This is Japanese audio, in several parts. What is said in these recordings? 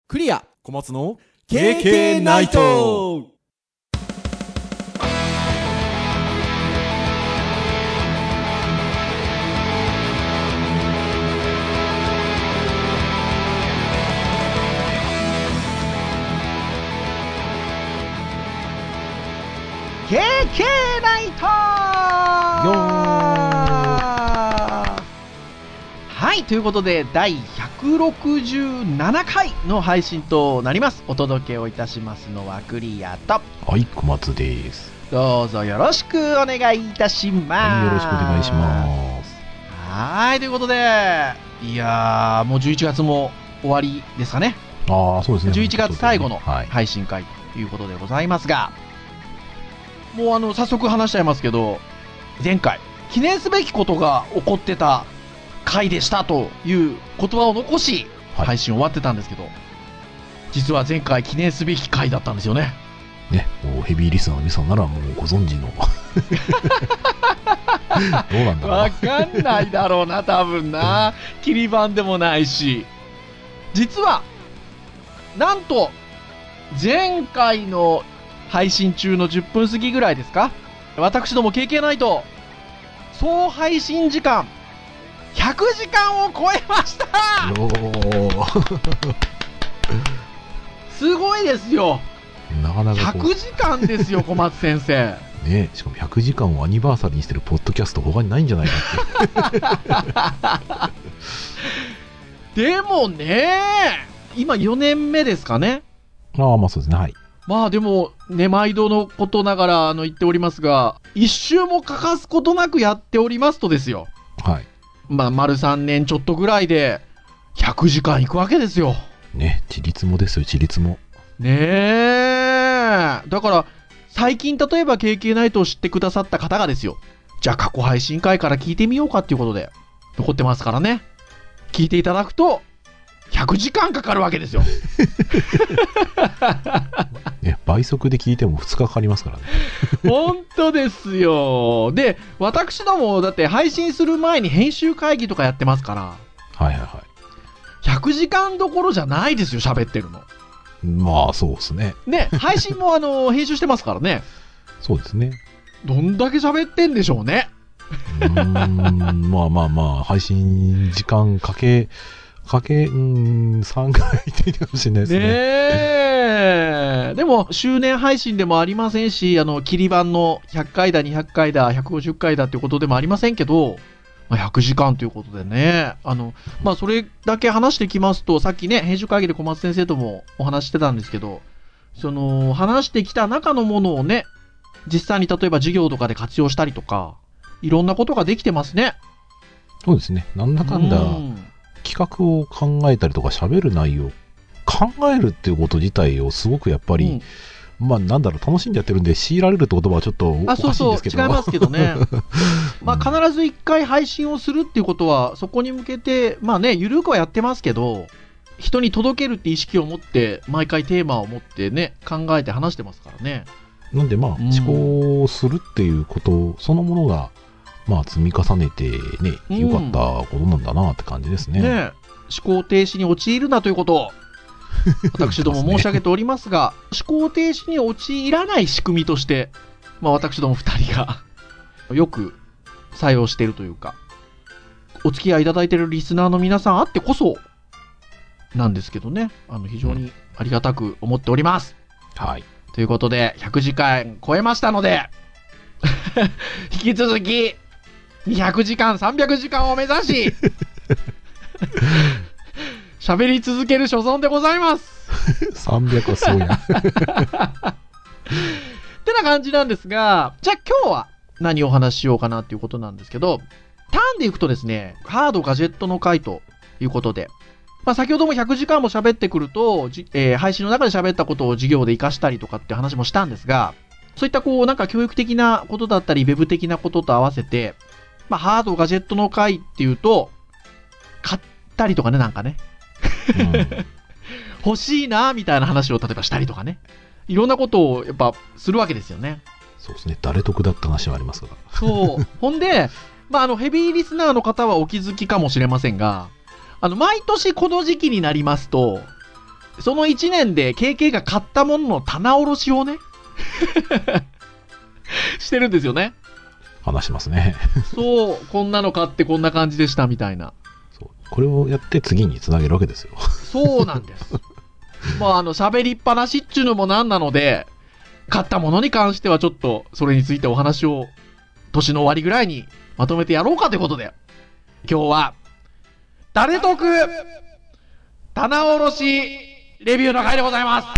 クリア小松の KK ナイト。 KK ナイトはい、ということで第167回の配信となります。お届けをいたしますのはクリアと、 はい、小松です。 どうぞよろしくお願いいたします。 はい、よろしくお願いします。 はい、ということで、いやー、もう11月も終わりですかね。 ああ、そうですね。 11月最後のはい、 配信会ということでございますが、もう早速話しちゃいますけど、前回記念すべきことが起こってた回でしたという言葉を残し、 はい、 配信終わってたんですけど、実は前回記念すべき回だったんですよね。 ね、もうヘビーリスナーの皆さんならもうご存知のどうなんだろうな。 わかんないだろうな、多分な。切り番でもないし、実はなんと前回の配信中の10分過ぎぐらいですか、私ども KK ナイト総配信時間100時間を超えました。すごいですよ。 なかなか 100時間ですよ小松先生ね、しかも100時間をアニバーサリーにしてるポッドキャスト他にないんじゃないかってでもね、今4年目ですかね。 ああ、まあそうですね。はい。 まあでもね、毎度のことながら言っておりますが、一周も欠かすことなくやっておりますとですよ。 はい。 まあ丸3年ちょっとぐらいで100時間いくわけですよ。 ね、ちりつもですよ、ちりつも。 ねえ。だから最近例えば KK ナイトを知ってくださった方がですよ、じゃあ過去配信回から聞いてみようかっていうことで残ってますからね。聞いていただくと100時間かかるわけですよ。 ね、倍速で聞いても2日かかりますからね。 本当ですよ。で、私どもだって配信する前に編集会議とかやってますから。 はいはいはい。 100時間どころじゃないですよ、喋ってるの。 まあそうですね。 ね、配信も編集してますからね。 そうですね。 どんだけ喋ってんでしょうね。 まあまあまあ、配信時間かけ3ぐらいっていいかもしれないですね。 ねえ。でも、周年配信でもありませんし、切り版の100回だ、200回だ、150回だっていうことでもありませんけど、100時間ということでね、まあ、それだけ話してきますと、さっきね、編集会議で小松先生ともお話してたんですけど、話してきた中のものをね、実際に例えば授業とかで活用したりとか、いろんなことができてますね。 そうですね。なんだかんだ、企画を考えたりとか喋る内容、考えるっていうこと自体をすごくやっぱり、まあなんだろう、楽しんでやってるんで強いられるって言葉はちょっとおかしいんですけど。 違いますけどね。まあ必ず1回配信をするっていうことは、そこに向けて、まあね、ゆるくはやってますけど、人に届けるって意識を持って、毎回テーマを持ってね、考えて話してますからね。 なんでまあ、思考するっていうことそのものが、まあ積み重ねてね、良かったことなんだなって感じですね。 ね、思考停止に陥るなということを、私ども申し上げておりますが、思考停止に陥らない仕組みとして、まあ私ども2人がよく採用しているというか、お付き合いいただいているリスナーの皆さんあってこそなんですけどね、非常にありがたく思っております。 はい。 ということで、100時間超えましたので、引き続き、200時間、300時間を目指し、喋り続ける所存でございます。 300はすごいな。 ってな感じなんですが、じゃあ今日は何をお話ししようかなっていうことなんですけど、ターンでいくとですね、ハードガジェットの回ということで、まあ、先ほども100時間も喋ってくると、配信の中で喋ったことを授業で活かしたりとかって話もしたんですが、そういったなんか教育的なことだったり、ウェブ的なことと合わせて、まあ、ハードガジェットの回っていうと、買ったりとかね、なんかね。欲しいなみたいな話を例えばしたりとかね、いろんなことをやっぱするわけですよね。 そうですね。誰得だった話はありますが。 そう。ほんで、まあ、ヘビーリスナーの方はお気づきかもしれませんが、毎年この時期になりますと、 その1年で KK が買ったものの棚卸しをね、してるんですよね。 話しますね。 そう、こんなの買ってこんな感じでしたみたいな。 そうこれをやって次につなげるわけですよ。 そうなんです。まあ、喋りっぱなしっちゅうのもなんなので、買ったものに関してはちょっと、それについてお話を、年の終わりぐらいにまとめてやろうかということで、今日は、誰得棚卸しレビューの回でございます。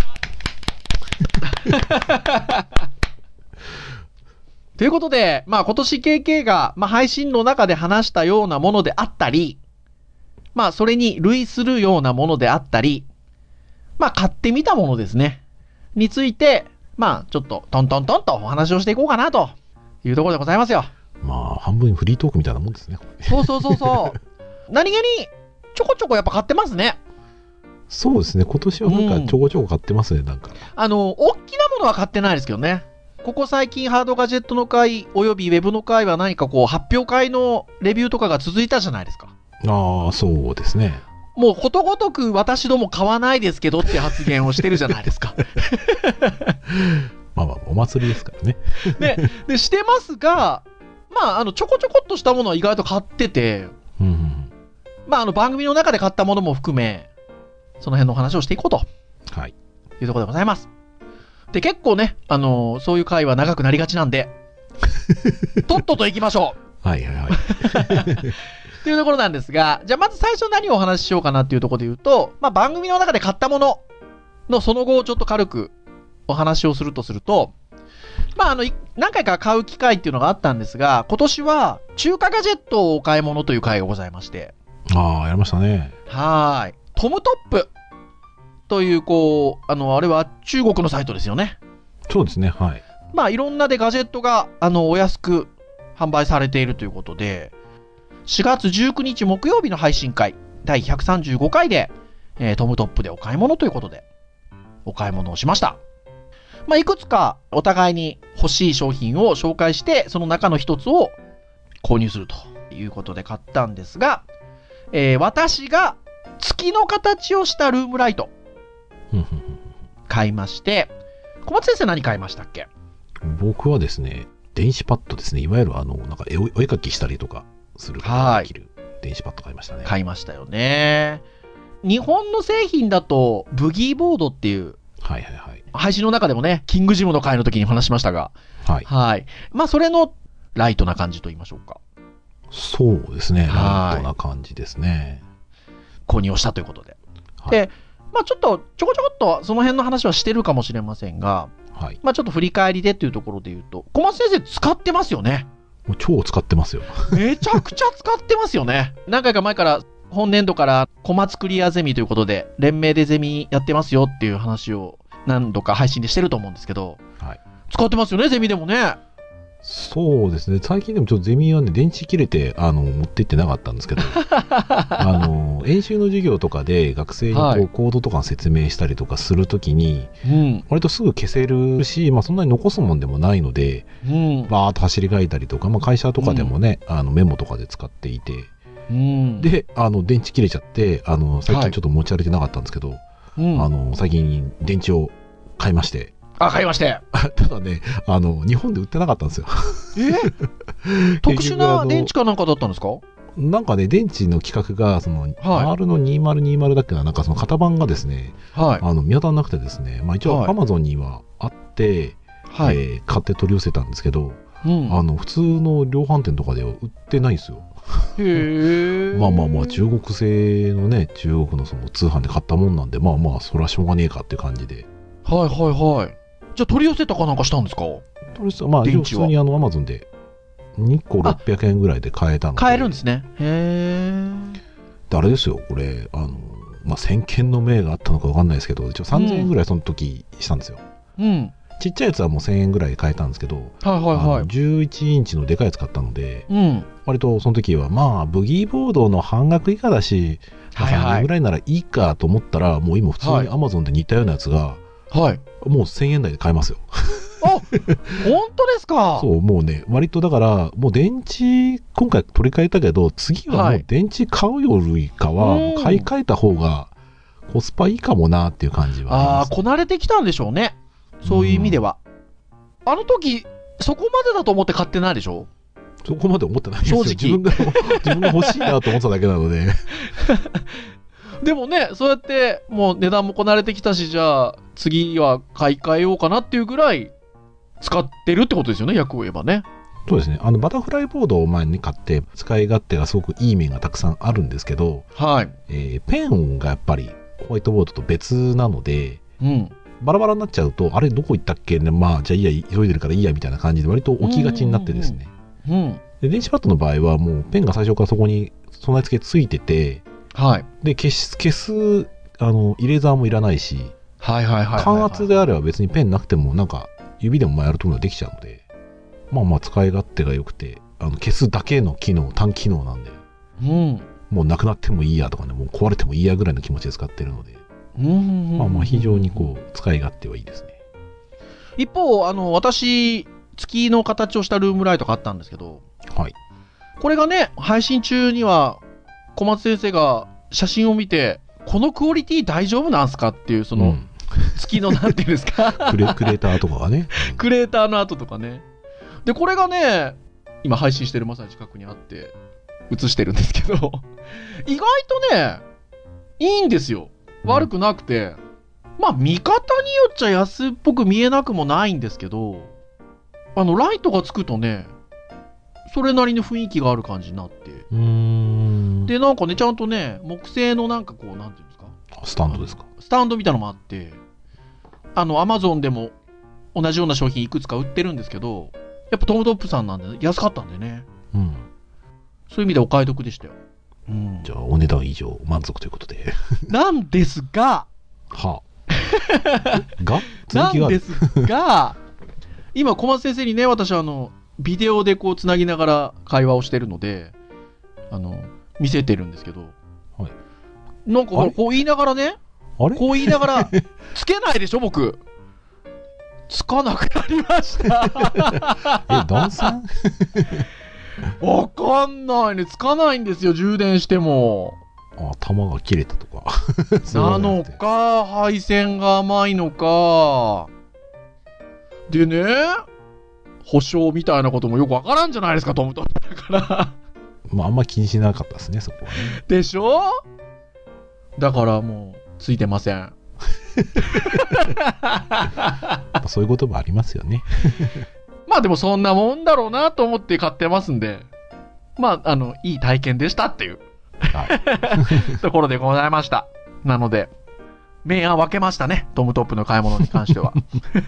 ということで、まあ今年 KK が、まあ、配信の中で話したようなものであったり、まあそれに類するようなものであったり、まあ買ってみたものですね。について、まあちょっとトントントンとお話をしていこうかなというところでございますよ。 まあ半分フリートークみたいなもんですね。 そうそうそうそう。何気にちょこちょこやっぱ買ってますね。 そうですね。今年はなんかちょこちょこ買ってますね、なんか。 大きなものは買ってないですけどね。ここ最近ハードガジェットの回およびウェブの回は何かこう発表会のレビューとかが続いたじゃないですか。 ああ、そうですね。 もうことごとく私ども買わないですけどって発言をしてるじゃないですか。 まあまあ、お祭りですからね。 で、してますが、まあ、ちょこちょこっとしたものは意外と買ってて、 うんうん、 まあ、番組の中で買ったものも含め、その辺の話をしていこうと。 はい。 いうところでございます。で、結構ね、そういう回は長くなりがちなんで、とっとと行きましょう。はいはいはい。 というところなんですが、じゃあまず最初何をお話ししようかなっていうところで言うと、まあ番組の中で買ったもののその後をちょっと軽くお話をするとすると、まあ何回か買う機会っていうのがあったんですが、今年は中華ガジェットをお買い物という回がございまして。 ああ、やりましたね。 はい。トムトップという、こう、あれは中国のサイトですよね。 そうですね、はい。 まあいろんなでガジェットが、お安く販売されているということで、4月19日木曜日の配信会、第135回で、トムトップでお買い物ということで、お買い物をしました。まあ、いくつかお互いに欲しい商品を紹介して、その中の一つを購入するということで買ったんですが、私が月の形をしたルームライト、買いまして、小松先生何買いましたっけ？ 僕はですね、電子パッドですね。いわゆるなんかお絵描きしたりとかすることができる電子パッド買いましたね。 買いましたよね。日本の製品だとブギーボードっていう、 はいはいはい、 配信の中でもね、キングジムの回の時に話しましたが、 はい、 はい、まあそれのライトな感じと言いましょうか。 そうですね、ライトな感じですね。 購入をしたということで、はい、で、まあちょこちょこっとその辺の話はしてるかもしれませんが、はい、まあちょっと振り返りでというところで言うと、小松先生使ってますよね。 もう超使ってますよ。 めちゃくちゃ使ってますよね。何回か前から本年度から小松クリアゼミということで連名でゼミやってますよっていう話を何度か配信でしてると思うんですけど、はい、使ってますよね、ゼミでもね。 そうですね、最近でもちょっとゼミはね、電池切れて持って行ってなかったんですけど演習の授業とかで学生にこうコードとか説明したりとかするときに、割とすぐ消せるし、まあ、そんなに残すもんでもないので、バーッと走り書いたりとか、まあ、会社とかでもね、メモとかで使っていて、で電池切れちゃって最近ちょっと持ち歩いてなかったんですけど、最近電池を買いまして。 買いまして。 ただね、日本で売ってなかったんですよ。 特殊な電池かなんかだったんですか？ なんかね、電池の規格が、R の2020だっけな、なんかその型番がですね、見当たらなくてですね、まあ一応 Amazon にはあって、買って取り寄せたんですけど、普通の量販店とかでは売ってないんですよ。まあまあまあ、中国製のね、中国のその通販で買ったもんなんで、まあまあ、それはしょうがねえかっていう感じで。 はいはいはい。じゃあ取り寄せたかなんかしたんですか？ まあ、普通にAmazon で2個600円ぐらいで買えたので。 買えるんですね。へー。 で、あれですよ、これ、まあ、先見の明があったのか分かんないですけど、一応3000円ぐらいその時したんですよ。ちっちゃいやつはもう1000円ぐらいで買えたんですけど、11インチのでかいやつ買ったので、割とその時は、まあ、ブギーボードの半額以下だし、3円ぐらいならいいかと思ったら、もう今普通に Amazon で似たようなやつが、もう1000円台で買えますよ。 本当ですか？ そう、もうね、割とだから、もう電池、今回取り替えたけど、次はもう電池買うよりかは、買い替えた方が、 コスパいいかもなっていう感じはあります。 こなれてきたんでしょうね。そういう意味では。あの時、そこまでだと思って買ってないでしょ？ そこまで思ってないですよ。 正直自分が欲しいなと思ってただけなので。 でもね、そうやってもう値段もこなれてきたし、じゃあ次は買い替えようかなっていうぐらい使ってるってことですよね、役を言えばね。 そうですね。バタフライボードを前に買って、使い勝手がすごくいい面がたくさんあるんですけど、 はい。 ペンがやっぱりホワイトボードと別なので、 うん。 バラバラになっちゃうと、あれどこ行ったっけね、まあ、じゃあいいや、急いでるからいいやみたいな感じで割と置きがちになってですね。 うん。 で、電子パッドの場合はもうペンが最初からそこに備え付けついてて、 はい。 で、消す、イレーザーもいらないし、 はいはいはいはいはい。 感圧であれば別にペンなくてもなんか指でもやるところができちゃうので、まあまあ使い勝手が良くて、消すだけの機能、単機能なんで、 うん。 もうなくなってもいいやとかね、もう壊れてもいいやぐらいの気持ちで使ってるので、まあまあ非常にこう使い勝手はいいですね。 一方、私、月の形をしたルームライト買ったんですけど、 はい。 これがね、配信中には小松先生が写真を見て、このクオリティ大丈夫なんすかっていう、その、月のなんていうんですかクレーターとかがね。 クレーターの跡とかね。で、これがね、今配信してるまさに近くにあって、映してるんですけど、意外とね、いいんですよ。悪くなくて。まあ、見方によっちゃ安っぽく見えなくもないんですけど、ライトがつくとね、それなりの雰囲気がある感じになって。で、なんかね、ちゃんとね、木製のなんかこう、なんていうんですか？ スタンドですか？ スタンドみたいなのもあって、アマゾンでも同じような商品いくつか売ってるんですけど、やっぱトムトップさんなんで、ね、安かったんでね。 うん。 そういう意味でお買い得でしたよ。うん。 じゃあ、お値段以上満足ということで。 なんですが、 はあ。続きがある。 なんですが、今、小松先生にね、私ビデオでこう、つなぎながら会話をしてるので、見せてるんですけど、 はい。 なんかこう言いながらね、 あれこう言いながら、つけないでしょ、僕。つかなくなりました。 段差わかんないね。つかないんですよ、充電しても。 弾が切れたとか。 なのか、配線が甘いのか。でね、保証みたいなこともよくわからんじゃないですか、トムトだから。 まあ、あんま気にしなかったですね、そこはね。 でしょ？だからもう、ついてません。 そういうこともありますよね。 まあでもそんなもんだろうなと思って買ってますんで、まあ、いい体験でしたっていう、はい、ところでございました。なので、明暗分けましたね、トムトップの買い物に関しては。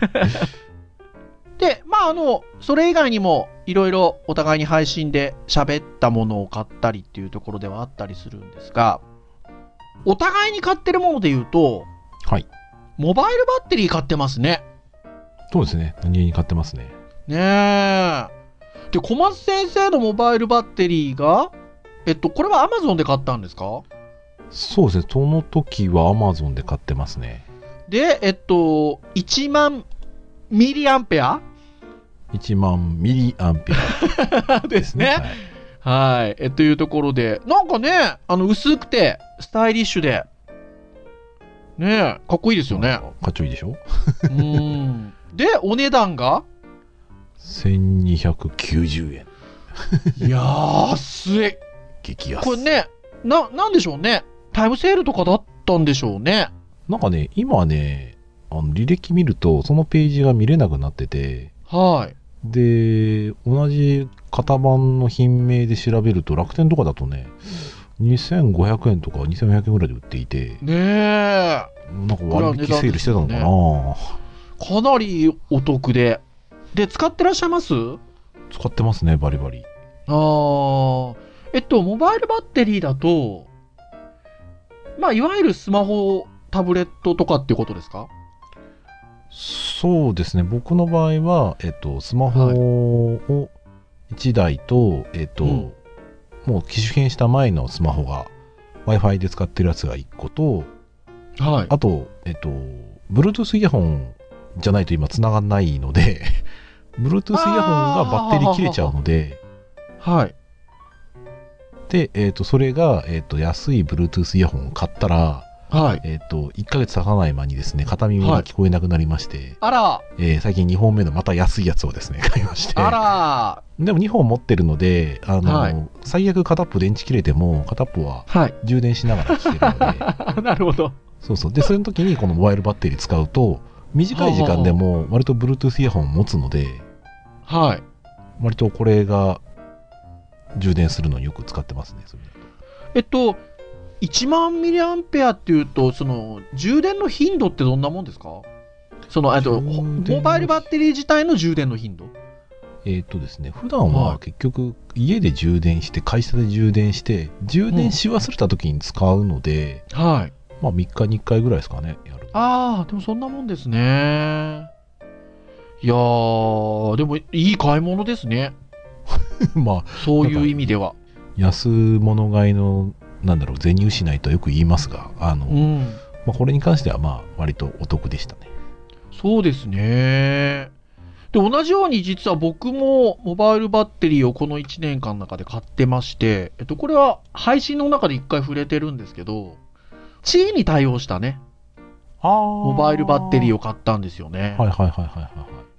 で、まあそれ以外にも、いろいろお互いに配信で喋ったものを買ったりっていうところではあったりするんですが、お互いに買ってるもので言うと、 はい。 モバイルバッテリー買ってますね。 そうですね。何気に買ってますね。 ねえ。で、小松先生のモバイルバッテリーが、これは Amazon で買ったんですか？ そうですね。その時は Amazon で買ってますね。 で、1万ミリアンペア 1万ミリアンペアですね。はい。というところで、なんかね、薄くて、スタイリッシュで、ねえ、かっこいいですよね。 かっちょいいでしょ？ で、お値段が 1290円。 安い。 激安。 これね、なんでしょうね。タイムセールとかだったんでしょうね。 なんかね、今ね、履歴見ると、そのページが見れなくなってて、 はい。 で、同じ型番の品名で調べると、楽天とかだとね、2500円とか2400円ぐらいで売っていて、 ねえ。 なんか割引セールしてたのかな、 かなりお得で。で、使ってらっしゃいます？ 使ってますね、バリバリ。 モバイルバッテリーだと、まあ、いわゆるスマホ、タブレットとかっていうことですか？ そうですね。僕の場合は、スマホを1台と、もう機種変した前のスマホが Wi-Fi で使ってるやつが1個と、 はい。 あと、Bluetooth イヤホンじゃないと今繋がんないので、Bluetooth イヤホンがバッテリー切れちゃうので、 はい。 で、それが、安い Bluetooth イヤホンを買ったら、 はい。 1ヶ月経たない間にですね、片耳が聞こえなくなりまして、 あら、 最近2本目のまた安いやつをですね、買いまして。 あら、 でも2本持ってるので、 はい、 最悪片っぽ電池切れても、片っぽは充電しながら聞けるので。 なるほど。 そうそう。で、その時にこのモバイルバッテリー使うと、短い時間でも割と Bluetooth イヤホンを持つので、 はい。 割とこれが充電するのによく使ってますね。それ 1万ミリアンペアっていうと、その充電の頻度ってどんなもんですか？そのモバイルバッテリー自体の充電の頻度？ ですね、普段は結局家で充電して会社で充電して充電し忘れた時に使うので、 はい。 まあ3日に1回ぐらいですかね、やる。 ああ、でもそんなもんですね。いやー、でもいい買い物ですね。 まあそういう意味では。 安物買いの銭失いとよく言いますが、まあ、これに関してはまあ割とお得でしたね。 そうですね。で、同じように実は僕もモバイルバッテリーをこの1年間の中で買ってまして、これは配信の中で1回触れてるんですけど、地位に対応したね、モバイルバッテリーを買ったんですよね。 はいはいはいはいはい。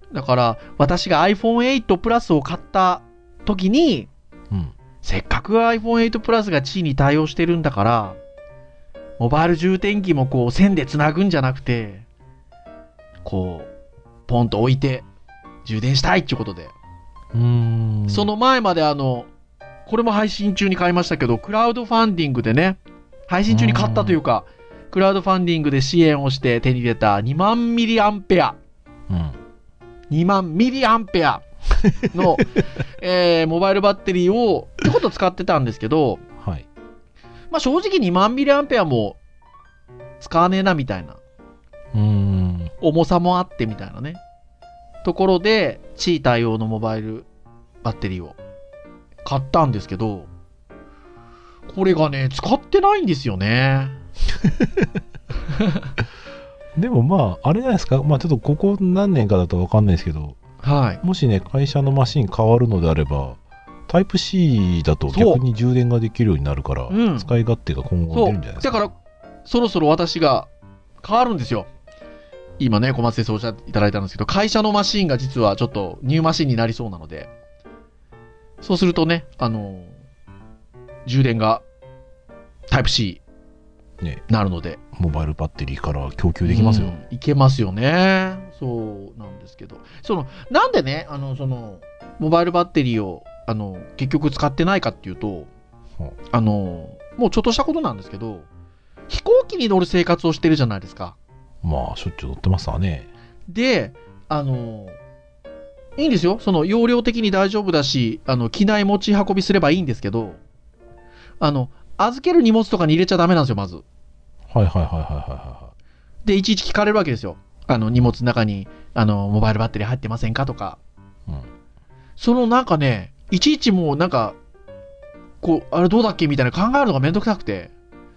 だから私が iPhone8 プラスを買った時に、せっかく iPhone8 プラスが地位に対応してるんだから、モバイル充電器もこう線でつなぐんじゃなくて、こうポンと置いて充電したいっていうことで、その前までこれも配信中に買いましたけど、クラウドファンディングでね、配信中に買ったというか、クラウドファンディングで支援をして手に入れた2万ミリアンペア、2万ミリアンペアの、モバイルバッテリーをちょこっと使ってたんですけど、 はい、 まあ正直2万ミリアンペアも使わねえなみたいな、重さもあってみたいなねところで、地位対応のモバイルバッテリーを買ったんですけど、これがね使ってないんですよね。 でもまああれじゃないですか、まあちょっとここ何年かだと分かんないですけど、 はい、 もしね会社のマシン変わるのであればタイプ C だと逆に充電ができるようになるから、使い勝手が今後出るんじゃないですか。 だからそろそろ私が変わるんですよ。今ね小松先生おっしゃっていただいたんですけど、会社のマシンが実はちょっとニューマシンになりそうなので、そうするとね充電がタイプ C になるので、 モバイルバッテリーから供給できますよ。 いけますよね。そうなんですけど、なんでねモバイルバッテリーを結局使ってないかっていうと、もうちょっとしたことなんですけど、飛行機に乗る生活をしてるじゃないですか。 まあしょっちゅう乗ってますわね。 でいいんですよ、容量的に大丈夫だし、機内持ち運びすればいいんですけど、預ける荷物とかに入れちゃダメなんですよ、まず。 はいはいはいはいはい。 でいちいち聞かれるわけですよ。荷物の中にモバイルバッテリー入ってませんかとか、なんかね、いちいちもうなんかこうあれどうだっけみたいな考えるのがめんどくさくて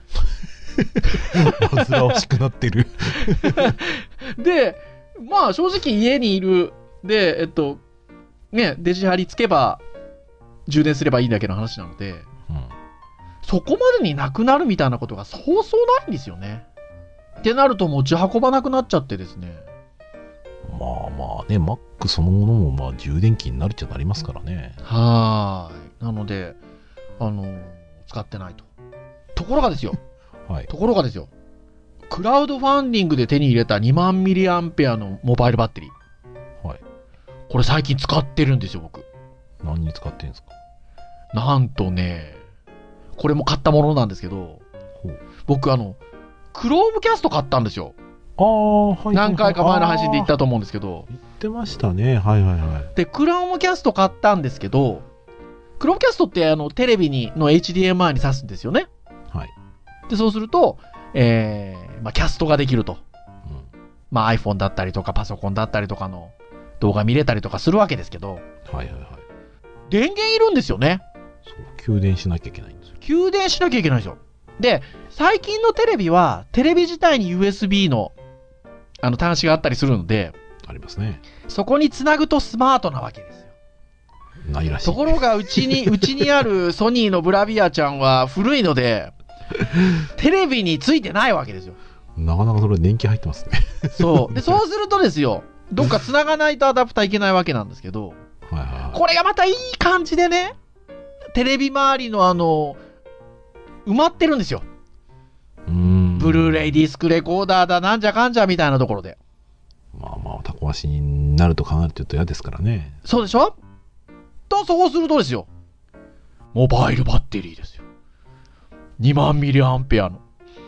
煩わしくなってるで、まあ正直家にいるでね、デジハリつけば充電すればいいだけの話なので、そこまでになくなるみたいなことがそうそうないんですよね。ってなると持ち運ばなくなっちゃってですね。 まあまあね、Mac そのものもまあ充電器になるっちゃなりますからね。 はい。なので使ってないと。ところがですよ。 はい。 ところがですよ。クラウドファンディングで手に入れた2万ミリアンペアのモバイルバッテリー。 はい。 これ最近使ってるんですよ、僕。 何に使ってるんですか？ なんとね、これも買ったものなんですけど、僕クロームキャスト買ったんですよ。 はい。 何回か前の配信で言ったと思うんですけど。 言ってましたね。はいはいはい。 で、クロームキャスト買ったんですけど、クロームキャストってテレビの HDMI に挿すんですよね。 はい。 で、そうすると、キャストができると。iPhone だったりとかパソコンだったりとかの動画見れたりとかするわけですけど、 はいはいはい。 電源いるんですよね。 そう、給電しなきゃいけないんですよ。 給電しなきゃいけないんですよ。で、最近のテレビは、テレビ自体に USB の端子があったりするので、 ありますね。 そこにつなぐとスマートなわけですよ。 ないらしい。 ところがうちにあるソニーのブラビアちゃんは古いので、 テレビについてないわけですよ。 なかなかそれ年季入ってますね。 そう。で、そうするとですよ、どっか繋がないとアダプターいけないわけなんですけど、 はいはいはい。 これがまたいい感じでね、テレビ周りの埋まってるんですよ。ブルーレイ、ディスクレコーダーだ、なんじゃかんじゃみたいなところで。 まあまあ、タコ足になると考えると嫌ですからね。 そうでしょと、そうするとですよ、モバイルバッテリーですよ。2万ミリアンペアの。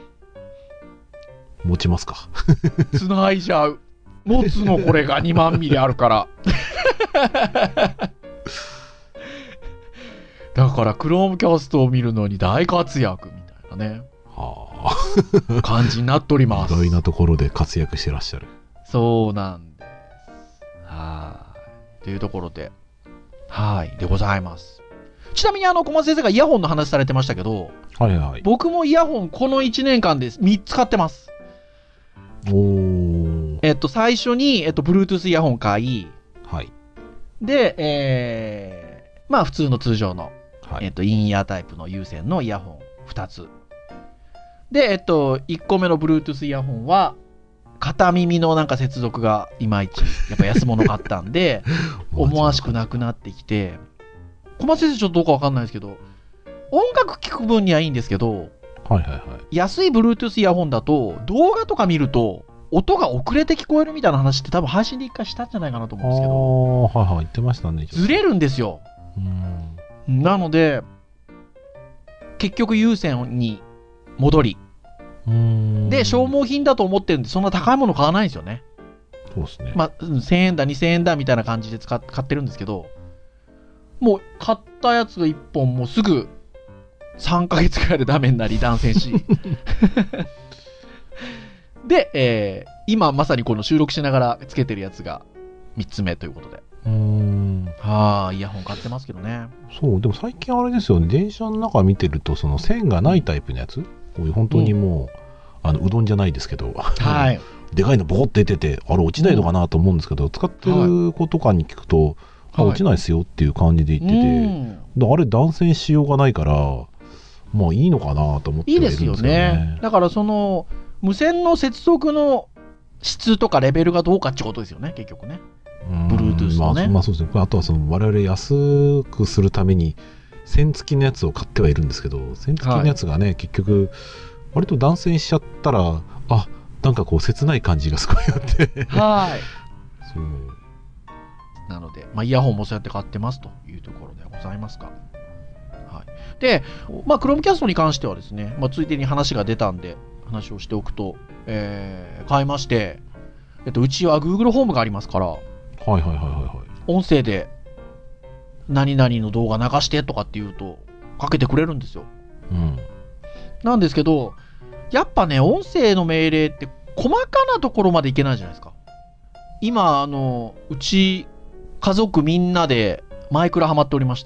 持ちますか。 繋いじゃう。持つのこれが2万ミリあるから。だからクロームキャストを見るのに大活躍みたいなね。 はあ。感じになっております。 意外なところで活躍してらっしゃる。 そうなんです。はい。というところで。はい。でございます。ちなみに小松先生がイヤホンの話されてましたけど。 はいはい。 僕もイヤホンこの1年間で3つ買ってます。最初に、Bluetooth イヤホン買い。 はい。 で、まあ普通の通常の、 はい、 インイヤータイプの有線のイヤホン2つ。で、1個目の Bluetooth イヤホンは、片耳のなんか接続がいまいち、やっぱ安物買ったんで、思わしくなくなってきて、小松先生ちょっとどうかわかんないですけど、音楽聴く分にはいいんですけど、 はいはいはい、 安い Bluetooth イヤホンだと、動画とか見ると、音が遅れて聞こえるみたいな話って多分配信で一回したんじゃないかなと思うんですけど、 はいはい、言ってましたね。 ずれるんですよ。なので、結局有線に戻り、で、消耗品だと思ってるんで、そんな高いもの買わないんですよね。 そうですね。 まあ、1000円だ、2000円だみたいな感じで買ってるんですけど、もう買ったやつが1本もうすぐ3ヶ月くらいでダメになり、断線し。で、今まさにこの収録しながらつけてるやつが3つ目ということで。イヤホン買ってますけどね。 そう、でも最近あれですよね、電車の中見てると、その線がないタイプのやつ、こういう本当にもう、うどんじゃないですけど、 はい、 でかいのボコって出てて、あれ落ちないのかなと思うんですけど、使ってる子とかに聞くと、落ちないですよっていう感じで言ってて、あれ断線しようがないから、まあいいのかなと思ってはいるんですよね。 いいですよね。だからその、無線の接続の質とかレベルがどうかってことですよね、結局ね。Bluetooth のね。 まあそうですね。あとはその我々安くするために線付きのやつを買ってはいるんですけど、線付きのやつがね、結局割と断線しちゃったら、なんかこう切ない感じがすごいあって。 はい。 そう。 なので、イヤホンもそうやって買ってますというところでございますか。はい。で、Chromecast に関してはですね、ついでに話が出たんで話をしておくと、買いまして、うちは Google ホームがありますから、音声で何々の動画流してとかって言うとかけてくれるんですよ。なんですけど、やっぱね、音声の命令って細かなところまでいけないじゃないですか。今、うち家族みんなでマイクラハマっておりまして。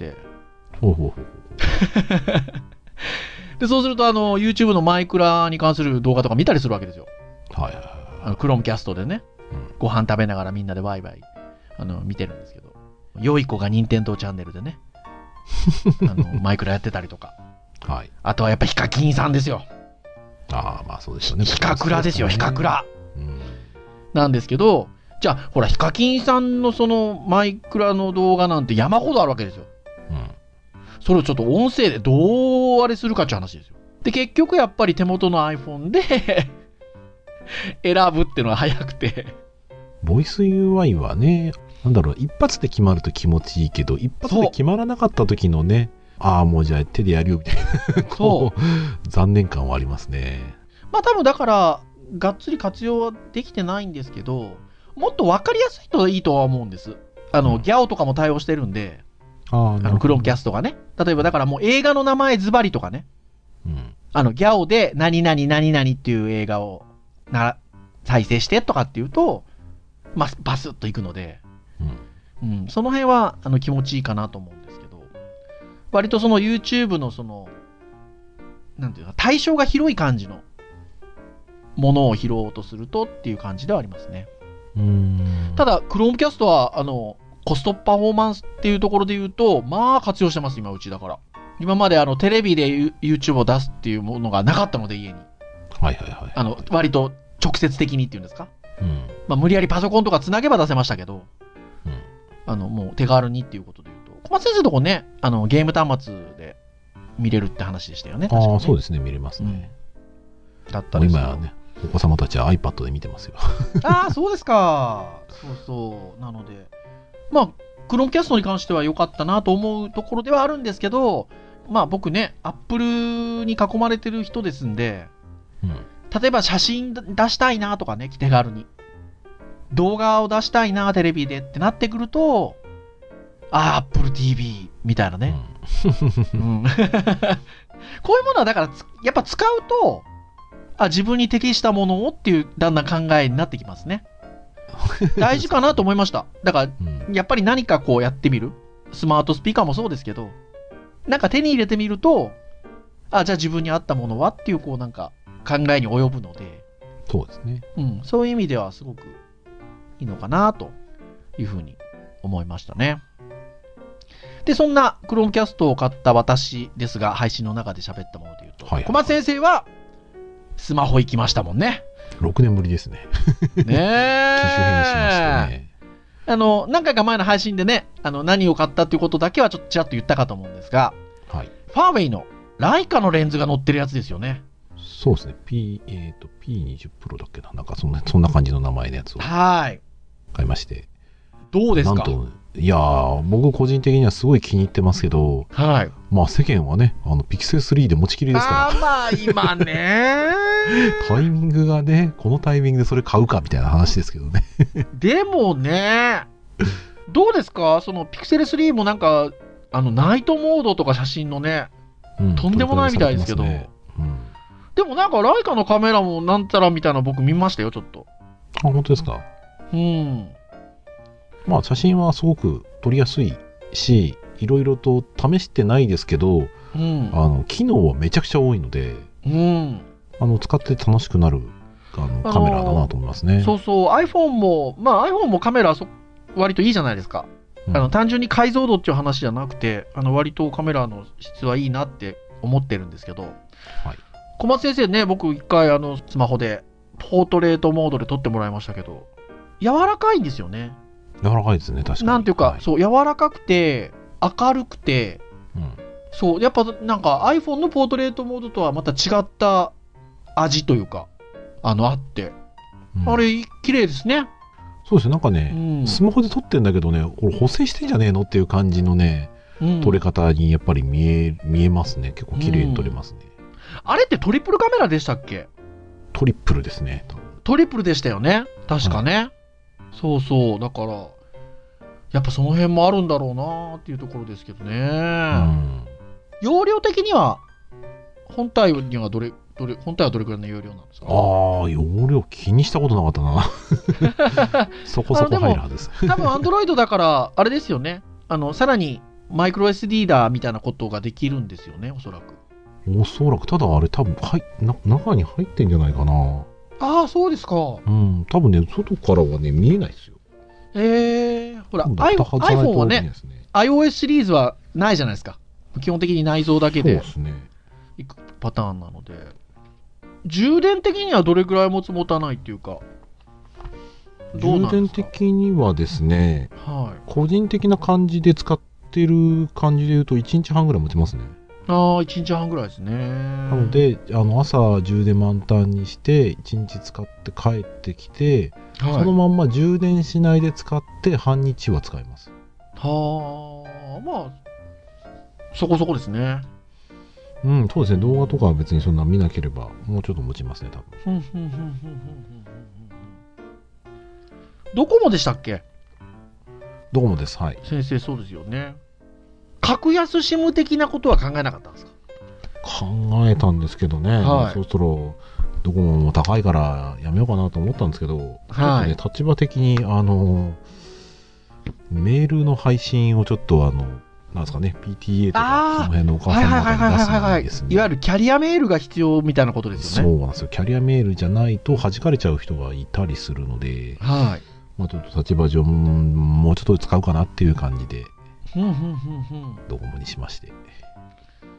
で、そうするとYouTube のマイクラに関する動画とか見たりするわけですよ。Chromecast でね、ご飯食べながらみんなでワイワイ見てるんですけど、良い子が任天堂チャンネルでねマイクラやってたりとか、あとはやっぱヒカキンさんですよ。 まあそうですよね。 ヒカクラですよ、ヒカクラ、なんですけど、じゃあほらヒカキンさんのそのマイクラの動画なんて山ほどあるわけですよ。それをちょっと音声でどうあれするかっていう話ですよ。で結局やっぱり手元の iPhone で選ぶっていうのが早くて、 ボイス UI はね、一発で決まると気持ちいいけど、一発で決まらなかった時のね、もうじゃあ手でやるよみたいなこう残念感はありますね。 多分だからがっつり活用はできてないんですけど、もっと分かりやすいといいとは思うんです。ギャオとかも対応してるんで、Chromecast がね、例えばだからもう映画の名前ズバリとかね、ギャオで何々何々っていう映画を再生してとかっていうと、バスッといくので、その辺は気持ちいいかなと思うんですけど、割とその YouTube のそのなんていうか対象が広い感じのものを拾おうとするとっていう感じではありますね。ただ Chromecast はコストパフォーマンスっていうところで言うと活用してます今うちだから。 今までテレビで YouTube を出すっていうものがなかったので、家に。 はいはいはい。 割と直接的にっていうんですか。 うん。 まあ、無理やりパソコンとかつなげば出せましたけど、 うん。 もう手軽にっていうことで言うと、小松先生のとこね、ゲーム端末で見れるって話でしたよね。確かにね。 ああ、そうですね、見れますね。 だったですよ。 今はね、お子様たちは iPad で見てますよ。 ああ、そうですか。そうそう。なので、まあ、クロームキャストに関しては良かったなと思うところではあるんですけど、まあ僕ね、Apple に囲まれてる人ですんで、 うん。 例えば写真出したいなとかね、手軽に。動画を出したいな、テレビでってなってくると、Apple TV みたいなね。うん、こういうものはだからやっぱ使うと、自分に適したものをっていうだんだん考えになってきますね。大事かなと思いました。だから、やっぱり何かこうやってみる。スマートスピーカーもそうですけど、なんか手に入れてみると、じゃあ自分に合ったものはっていう、こうなんか考えに及ぶので、 そうですね。 うん、そういう意味ではすごくいいのかなというふうに思いましたね。で、そんなクロームキャストを買った私ですが、配信の中で喋ったもので言うと、小松先生はスマホ行きましたもんね。 6年ぶりですね。 ねえ。 機種変しましたね。 何回か前の配信でね、何を買ったっていうことだけはちょっとちらっと言ったかと思うんですが、 はい。 ファーウェイのライカのレンズが載ってるやつですよね。 そうですね。P20 Pro だっけな。なんかそんな感じの名前のやつを買いまして。 どうですか？ なんと、いやー、僕個人的にはすごい気に入ってますけど、 はい。 まあ世間はね、ピクセル3で持ちきりですから。 まあ今ねタイミングがね、このタイミングでそれ買うかみたいな話ですけどね。 でもね、どうですか？そのピクセル3もなんか、ナイトモードとか写真のね、とんでもないみたいですけど、でもなんかライカのカメラもなんたらみたいな僕見ましたよ、ちょっと。 本当ですか？まあ写真はすごく撮りやすいし、いろいろと試してないですけど、機能はめちゃくちゃ多いので、使って楽しくなるカメラだなと思いますね。 そうそう、iPhone もカメラ割といいじゃないですか。単純に解像度っていう話じゃなくて、割とカメラの質はいいなって思ってるんですけど、はい、小松先生ね、僕一回スマホでポートレートモードで撮ってもらいましたけど、柔らかいんですよね。 柔らかいですね、確かに。 なんていうか、はい、そう、柔らかくて、明るくて、そう、やっぱなんか iPhone のポートレートモードとはまた違った味というか、あって、あれ、綺麗ですね。 そうですね、なんかね、スマホで撮ってんだけどね、これ補正してんじゃねえのっていう感じのね、撮れ方にやっぱり見えますね。結構綺麗に撮れますね。 あれってトリプルカメラでしたっけ？ トリプルですね。 トリプルでしたよね。確かね。そうそう。だから、やっぱその辺もあるんだろうなっていうところですけどね。容量的には、本体はどれくらいの容量なんですか？ 容量気にしたことなかったな。そこそこ入るはずです。 多分 Android だから、あれですよね。さらにマイクロ SD だみたいなことができるんですよね、おそらく。 ただあれ多分中に入ってんじゃないかな。 そうですか。 多分ね、外からはね、見えないですよ。 ほら、iPhone はね、iOS シリーズはないじゃないですか。基本的に内蔵だけでいくパターンなので、充電的にはどれくらい持たないっていうか、 充電的にはですね、個人的な感じで使ってる感じで言うと1日半ぐらい持ちますね。 1日半ぐらいですね。 なので朝充電満タンにして1日使って帰ってきて、そのまんま充電しないで使って半日は使えます。 まあそこそこですね。 そうですね。動画とかは別にそんな見なければもうちょっと持ちますね、多分。 ドコモでしたっけ？ ドコモです。はい。 先生、そうですよね。格安シム的なことは考えなかったんですか？ 考えたんですけどね、そろそろドコモも高いからやめようかなと思ったんですけど、ちょっとね、立場的にメールの配信をちょっとなんですかね、PTA とかその辺のお母さん方に出すんですね。 いわゆるキャリアメールが必要みたいなことですよね。 そうなんですよ。キャリアメールじゃないと弾かれちゃう人がいたりするので、まあちょっと立場上もうちょっと使うかなっていう感じでドコモにしまして。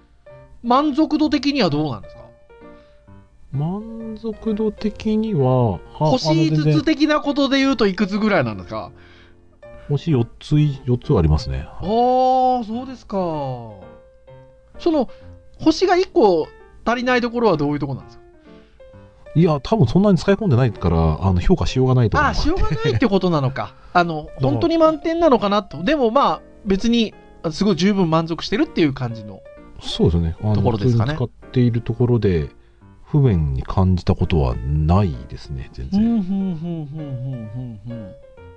満足度的にはどうなんですか？ 満足度的には、 星5つ的なことで言うといくつぐらいなんですか？ 星4つありますね。 ああ、そうですか。その、星が1個足りないところはどういうところなんですか？ いや、多分そんなに使い込んでないから、評価しようがないと思います。 しようがないってことなのか。本当に満点なのかなと。でもまあ、別に、すごい十分満足してるっていう感じの。 そうですね。 ところですかね。 普通に使っているところで、不便に感じたことはないですね、全然。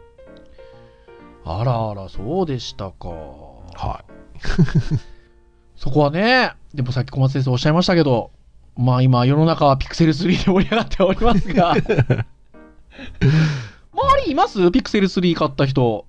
あらあら、そうでしたか。 はい。 そこはね、でもさっき小松先生おっしゃいましたけど、まあ今世の中はピクセル3で盛り上がっておりますが周りいます？ピクセル3買った人。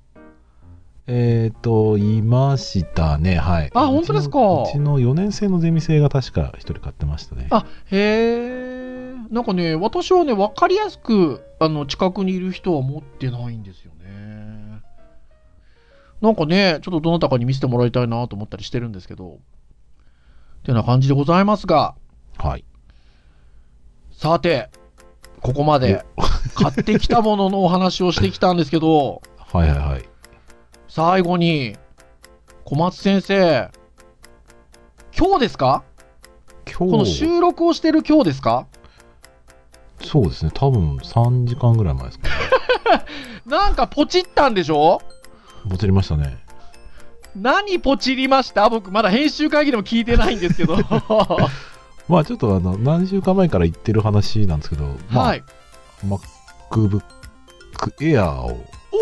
いましたね。はい。 あ、本当ですか。 うちの4年生のゼミ生が確か1人買ってましたね。 あ、へえ。なんかね、私はね、分かりやすく近くにいる人は持ってないんですよね。なんかね、ちょっとどなたかに見せてもらいたいなと思ったりしてるんですけど、ってな感じでございますが、 はい。 さて、ここまで買ってきたもののお話をしてきたんですけど、 はいはいはい。 最後に、小松先生、今日ですか？この収録をしてる今日ですか？ そうですね。多分3時間ぐらい前ですかね。 なんかポチったんでしょ？ ポチりましたね。 何ポチりました？僕まだ編集会議でも聞いてないんですけどまあちょっと何週間前から言ってる話なんですけど、まあ、 はい、 MacBook Air を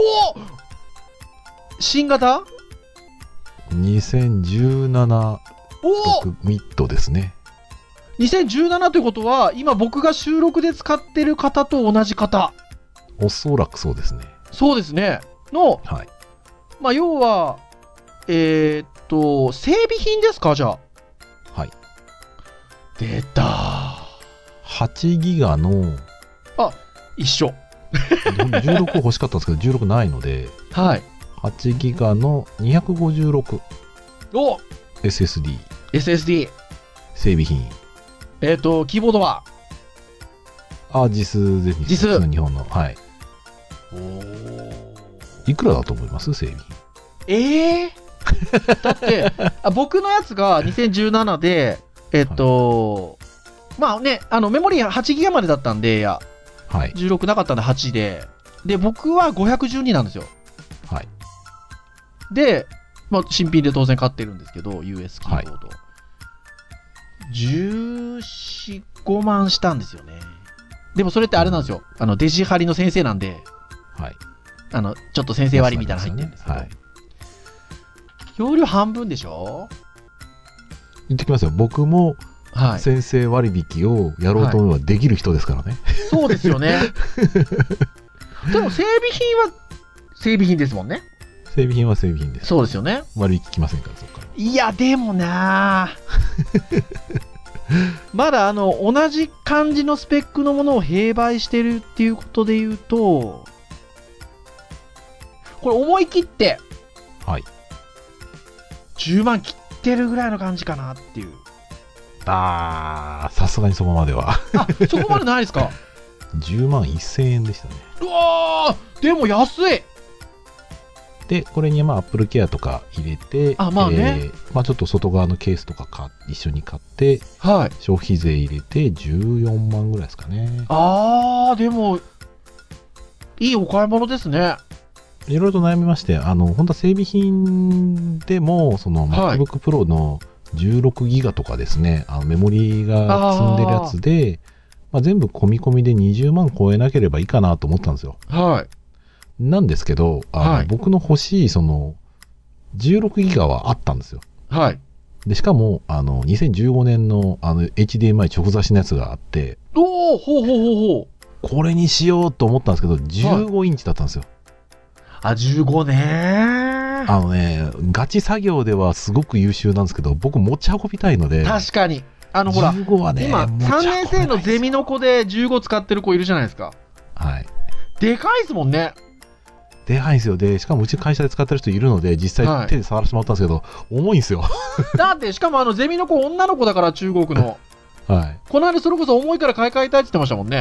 新型 2017ミッドですね。 2017ということは今僕が収録で使ってる方と同じ方。 おそらくそうですね。 そうですね。の、 はい。 まあ要は整備品ですか？じゃあ。 はい。 出た。 8ギガの一緒。 16欲しかったんですけど16ないので、 はい。 8ギガの256 SSD 整備品。 キーボードは JIS です。JIS 日本の。はい。いくらだと思います？整備品。 だって僕のやつが2017でまあね、メモリー8ギガまでだったんで、はい、16なかったんで8で僕は512なんですよ。 はい。 で、まあ、新品で当然買ってるんですけど、US キーボード。はい、14、5万したんですよね。でもそれってあれなんですよ。デジハリの先生なんで、 はい。 ちょっと先生割みたいなの入ってるんですけど、はい、容量半分でしょ？ 言ってきますよ。僕も、先生割引をやろうと思えばできる人ですからね。はい、 そうですよね。でも整備品は整備品ですもんね。 整備品は整備品です。 そうですよね。 割引きませんから、そこから。 いや、でもなまだ同じ感じのスペックのものを併売してるっていうことで言うと、これ思い切って、 はい。 10万切ってるぐらいの感じかなっていう。 さすがにそこまでは。 そこまでないですか？ 10万1000円でしたね。 うわー、でも安い。 で、これにApple Care とか入れて、 まあね、 ちょっと外側のケースとか一緒に買って、 はい、 消費税入れて14万ぐらいですかね。 でも、いいお買い物ですね。 いろいろと悩みまして、本当は整備品でも、その MacBook Pro の16ギガとかですね、メモリが積んでるやつで、全部込み込みで20万超えなければいいかなと思ったんですよ。 はい。 なんですけど、僕の欲しいその16ギガはあったんですよ。 はい。 で、しかも、2015年のHDMI 直差しのやつがあって、 ほう。 これにしようと思ったんですけど、15インチだったんですよ。 15ね。 ガチ作業ではすごく優秀なんですけど、僕持ち運びたいので。 確かに。ほら、 15はね、 今、3年生のゼミの子で15使ってる子いるじゃないですか。 はい。 でかいですもんね。 でかいんですよ。で、しかもうち会社で使ってる人いるので、実際手で触らせてもらったんですけど、重いんですよ。 だって、しかもゼミの子、女の子だから、中国の。 はい。 この間、それこそ重いから買い替えたいって言ってましたもんね。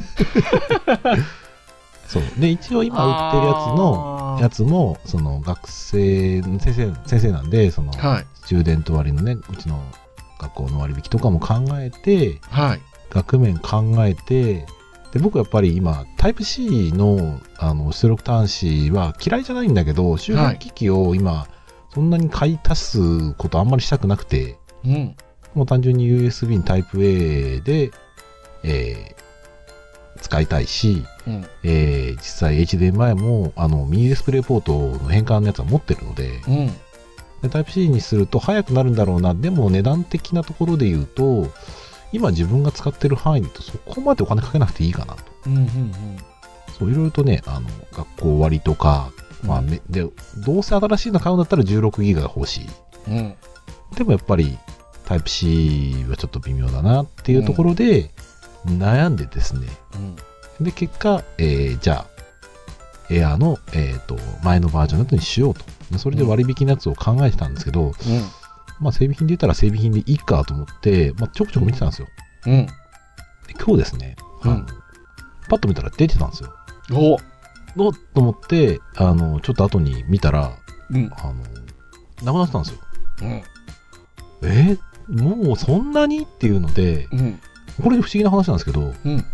そう。で、一応今売ってるやつも、その学生、先生なんで、その、 はい、 スチューデント割のね、うちの学校の割引とかも考えて、 はい、 額面考えて、で、僕やっぱり今、タイプ C の、出力端子は嫌いじゃないんだけど、周辺機器を今、そんなに買い足すことあんまりしたくなくて、 うん、 もう単純に USB にタイプ A で、使いたいし、 うん、 実際 HDMI もミニディスプレイポートの変換のやつは持ってるので、 うん、 でタイプ C にすると早くなるんだろうな。でも値段的なところで言うと、今自分が使ってる範囲で言うとそこまでお金かけなくていいかなと。 うんうんうん、 そういろいろとね、学校割とか、まあでどうせ新しいの買うんだったら16ギガが欲しい。 うん、 でもやっぱりタイプ C はちょっと微妙だなっていうところで悩んでですね、で結果、じゃあエアーの、前のバージョンのやつにしようと。でそれで割引のやつを考えてたんですけど、まあ整備品で言ったら整備品でいいかと思って、まあ、ちょくちょく見てたんですよ。で今日ですね、パッと見たら出てたんですよ。おっと思って、ちょっと後に見たら、なくなってたんですよ。もうそんなにっていうので、これで不思議な話なんですけど、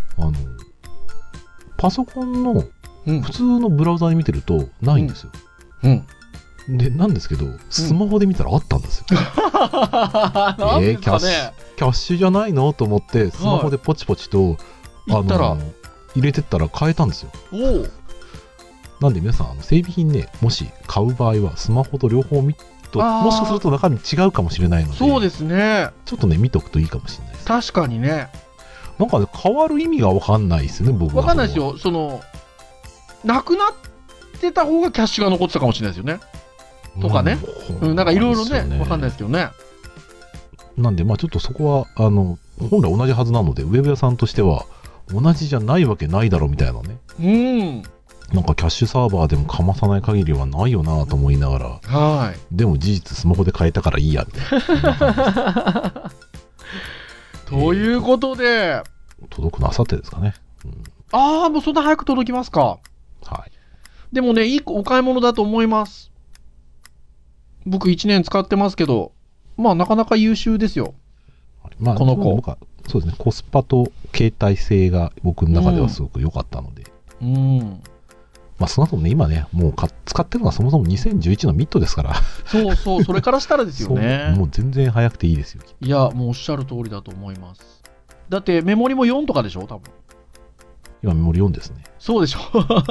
パソコンの普通のブラウザで見てるとないんですよ。でなんですけど、スマホで見たらあったんですよ。キャッシュじゃないのと思って、スマホでポチポチと、入れてったら買えたんですよ。なんで皆さん、整備品ね、もし買う場合はスマホと両方もしかすると中身違うかもしれないので、 そうですね。 ちょっとね見とくといいかもしれないです。 確かにね。 なんかね、変わる意味が分かんないですよね、僕は。 分かんないですよ。なくなってた方がキャッシュが残ってたかもしれないですよね。とかね。なんかいろいろね、分かんないですけどね。 なんで、まあちょっとそこは、本来同じはずなので、ウェブ屋さんとしては、同じじゃないわけないだろうみたいなね。なんかキャッシュサーバーでもかまさない限りはないよなと思いながら、でも事実スマホで買えたからいいやみたいな。 ということで、 届くのあさってですかね。 もうそんな早く届きますか。 はい。 でもね、いいお買い物だと思います。僕1年使ってますけど、まあなかなか優秀ですよ。 まあ、この子。そうですね、コスパと携帯性が僕の中ではすごく良かったので。まあその後もね、今ね、もう使ってるのはそもそも2011のミッドですから。 そうそう、それからしたらですよね。 もう全然早くていいですよ。 いや、もうおっしゃる通りだと思います。だってメモリも4とかでしょ、多分。 今メモリ4ですね。 そうでしょ。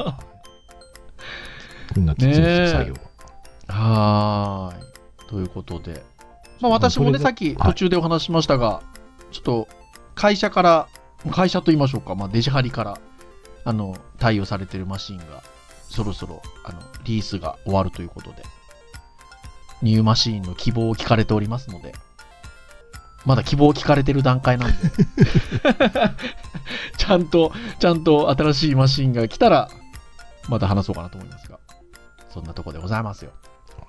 みんなきついですよ、作業は。ということで。まあ私もね、さっき途中でお話ししましたが、ちょっと会社と言いましょうか、まあデジハリから、対応されてるマシンが、そろそろ、リースが終わるということで、ニューマシーンの希望を聞かれておりますので、まだ希望を聞かれてる段階なんで、ちゃんと新しいマシンが来たら、また話そうかなと思いますが、そんなとこでございますよ。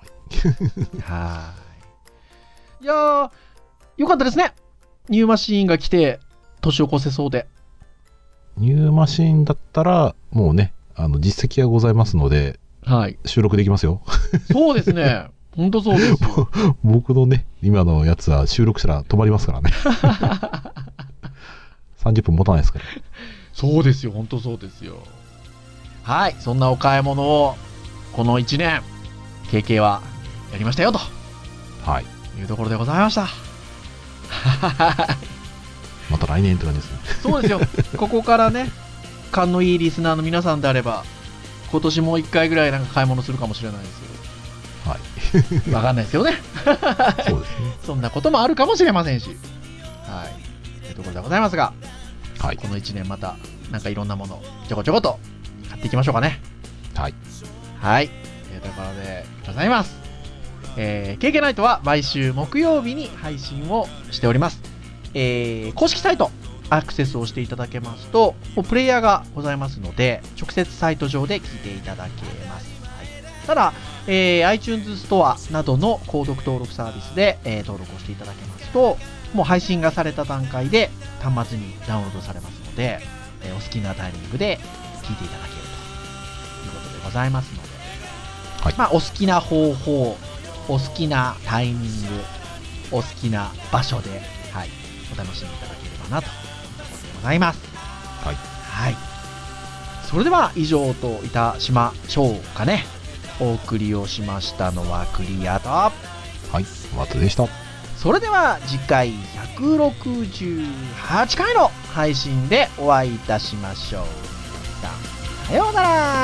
いやー、よかったですね。ニューマシーンが来て、年を越せそうで。 ニューマシーンだったら、もうね、実績がございますので、収録できますよ。 そうですね。本当そうですよ。 僕のね、今のやつは収録したら止まりますからね。30分持たないですから。 そうですよ、本当そうですよ。はい、そんなお買い物を、この1年、KK はやりましたよと。いうところでございました。 また来年って感じですね。 そうですよ。ここからね、勘のいいリスナーの皆さんであれば、今年もう1回ぐらいなんか買い物するかもしれないですけど。わかんないですよね。 そうですね。 そんなこともあるかもしれませんし。というところでございますが、この1年また、なんかいろんなもの、ちょこちょこと買っていきましょうかね。というところでございます。KK ナイトは毎週木曜日に配信をしております。公式サイト、 アクセスをしていただけますと、もうプレイヤーがございますので、直接サイト上で聞いていただけます。はい、ただ、iTunes ストアなどの購読登録サービスで、登録をしていただけますと、もう配信がされた段階で端末にダウンロードされますので、お好きなタイミングで聞いていただけるということでございますので、 はい、 まあ、お好きな方法、お好きなタイミング、お好きな場所で、はい、お楽しみいただければなというところでございます。 はい。 はい。それでは以上といたしましょうかね。お送りをしましたのはクリアと、 はい、マトでした。 それでは次回168回の配信でお会いいたしましょう。さようなら。